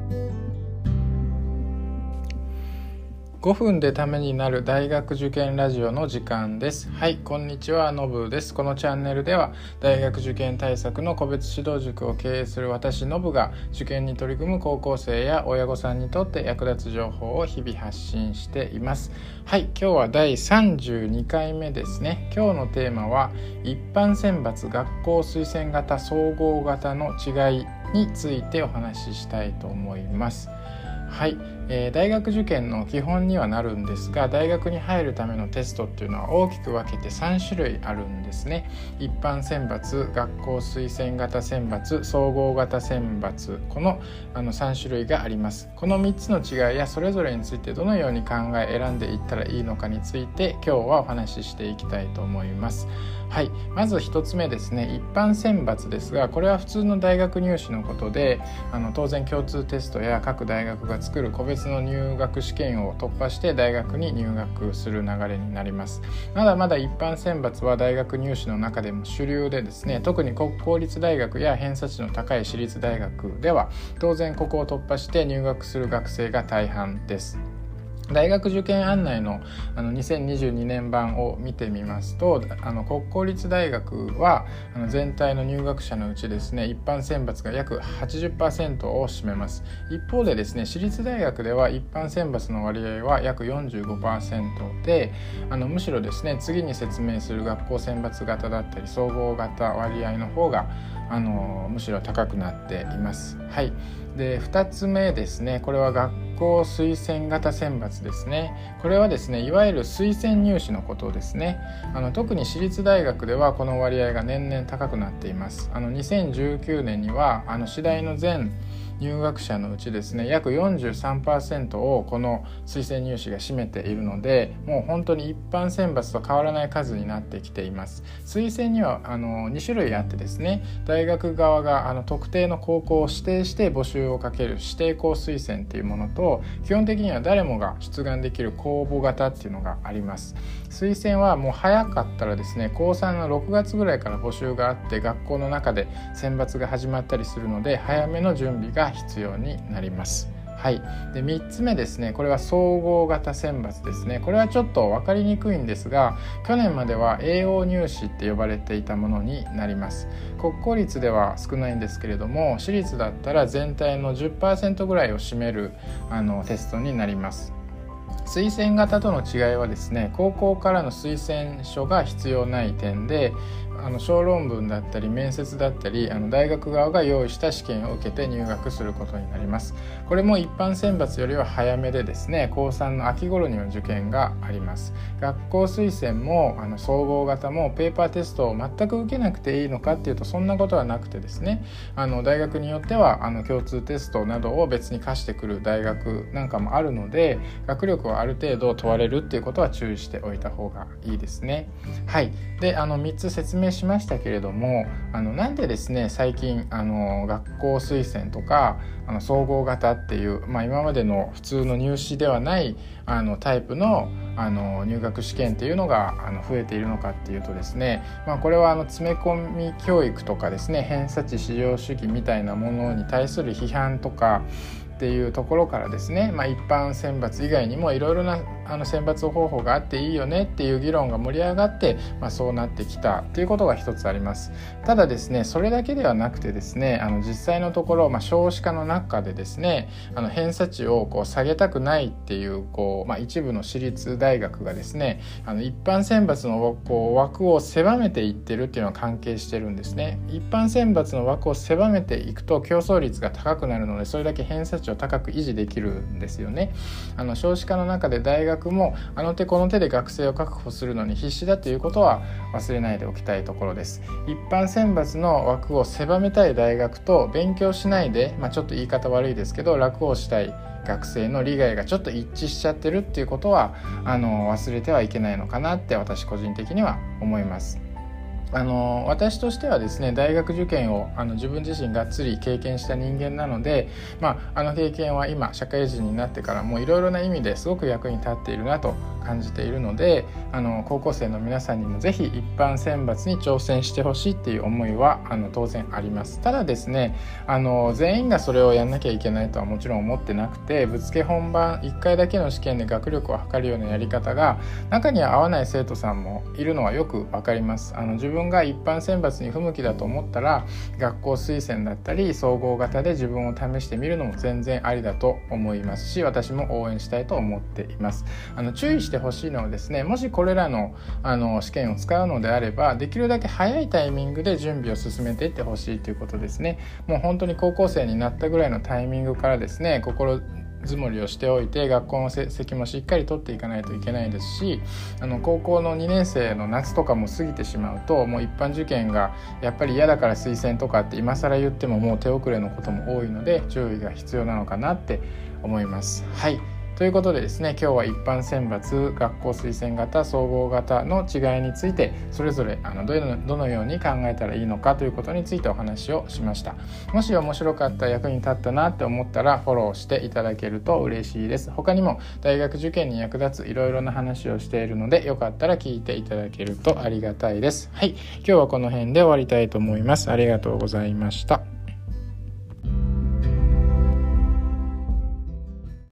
5分でためになる大学受験ラジオの時間です。はい、こんにちは、のぶです。このチャンネルでは大学受験対策の個別指導塾を経営する私のぶが受験に取り組む高校生や親御さんにとって役立つ情報を日々発信しています。はい、今日は第32回目ですね。今日のテーマは一般選抜学校推薦型総合型の違いについてお話ししたいと思います。はい、大学受験の基本にはなるんですが、大学に入るためのテストっていうのは大きく分けて3種類あるんですね。一般選抜、学校推薦型選抜、総合型選抜、この3種類があります。この3つの違いやそれぞれについてどのように考え選んでいったらいいのかについて今日はお話ししていきたいと思います。はい、まず1つ目ですね。一般選抜ですが、これは普通の大学入試のことで、当然共通テストや各大学が作る個別の入学試験を突破して大学に入学する流れになります。まだまだ一般選抜は大学入試の中でも主流でですね、特に国公立大学や偏差値の高い私立大学では当然ここを突破して入学する学生が大半です。大学受験案内の2022年版を見てみますと、国公立大学は全体の入学者のうちですね、一般選抜が約 80% を占めます。一方でですね、私立大学では一般選抜の割合は約 45% で、むしろですね、次に説明する学校選抜型だったり総合型割合の方がむしろ高くなっています。はい。で、2つ目ですね。これは学校推薦型選抜ですね。これはですね、いわゆる推薦入試のことですね。特に私立大学ではこの割合が年々高くなっています。2019年には私大の全入学者のうちですね、約 43% をこの推薦入試が占めているので、もう本当に一般選抜と変わらない数になってきています。推薦には2種類あってですね、大学側が特定の高校を指定して募集をかける指定校推薦っていうものと、基本的には誰もが出願できる公募型っていうのがあります。推薦はもう早かったらですね、高3の6月ぐらいから募集があって学校の中で選抜が始まったりするので、早めの準備が必要になります。はい、で3つ目ですね。これは総合型選抜ですね。これはちょっと分かりにくいんですが、去年までは栄養入試って呼ばれていたものになります。国公立では少ないんですけれども、私立だったら全体の 10% ぐらいを占めるテストになります。推薦型との違いはですね、高校からの推薦書が必要ない点で、小論文だったり面接だったり大学側が用意した試験を受けて入学することになります。これも一般選抜よりは早めでですね、高3の秋頃には受験があります。学校推薦も総合型もペーパーテストを全く受けなくていいのかっていうと、そんなことはなくてですね、大学によっては共通テストなどを別に課してくる大学なんかもあるので、学力をある程度問われるっていうことは注意しておいた方がいいですね。はい。で、3つ説明しましたけれども、なんでですね、最近学校推薦とか総合型っていう、今までの普通の入試ではないタイプの入学試験っていうのが増えているのかっていうとですね、これは詰め込み教育とかですね、偏差値至上主義みたいなものに対する批判とかっていうところからですね、一般選抜以外にもいろいろな選抜方法があっていいよねっていう議論が盛り上がって、そうなってきたっていうことが一つあります。ただですね、それだけではなくてですね、実際のところ、少子化の中でですね、偏差値を下げたくないっていう一部の私立大学がですね、一般選抜の枠を狭めていってるっていうのは関係してるんですね。一般選抜の枠を狭めていくと競争率が高くなるので、それだけ偏差値を高く維持できるんですよね。少子化の中で大学も手この手で学生を確保するのに必死だということは忘れないでおきたいところです。一般選抜の枠を狭めたい大学と勉強しないで、ちょっと言い方悪いですけど楽をしたい学生の利害がちょっと一致しちゃってるっていうことは忘れてはいけないのかなって私個人的には思います。私としてはですね、大学受験を自分自身がっつり経験した人間なので、経験は今社会人になってからもいろいろな意味ですごく役に立っているなと感じているので、高校生の皆さんにもぜひ一般選抜に挑戦してほしいっていう思いは当然あります。ただですね、全員がそれをやんなきゃいけないとはもちろん思ってなくて、ぶつけ本番1回だけの試験で学力を測るようなやり方が中には合わない生徒さんもいるのはよくわかります。自分が一般選抜に不向きだと思ったら学校推薦だったり総合型で自分を試してみるのも全然ありだと思いますし、私も応援したいと思っています。注意してほしいのはですね、もしこれらの試験を使うのであれば、できるだけ早いタイミングで準備を進めていってほしいということですね。もう本当に高校生になったぐらいのタイミングからですね、心積もりをしておいて学校の成績もしっかり取っていかないといけないですし、高校の2年生の夏とかも過ぎてしまうと、もう一般受験がやっぱり嫌だから推薦とかって今更言ってももう手遅れのことも多いので、注意が必要なのかなって思います。はい、ということでですね、今日は一般選抜、学校推薦型、総合型の違いについてそれぞれどのように考えたらいいのかということについてお話をしました。もし面白かった、役に立ったなって思ったらフォローしていただけると嬉しいです。他にも大学受験に役立ついろいろな話をしているので、よかったら聞いていただけるとありがたいです。はい、今日はこの辺で終わりたいと思います。ありがとうございました。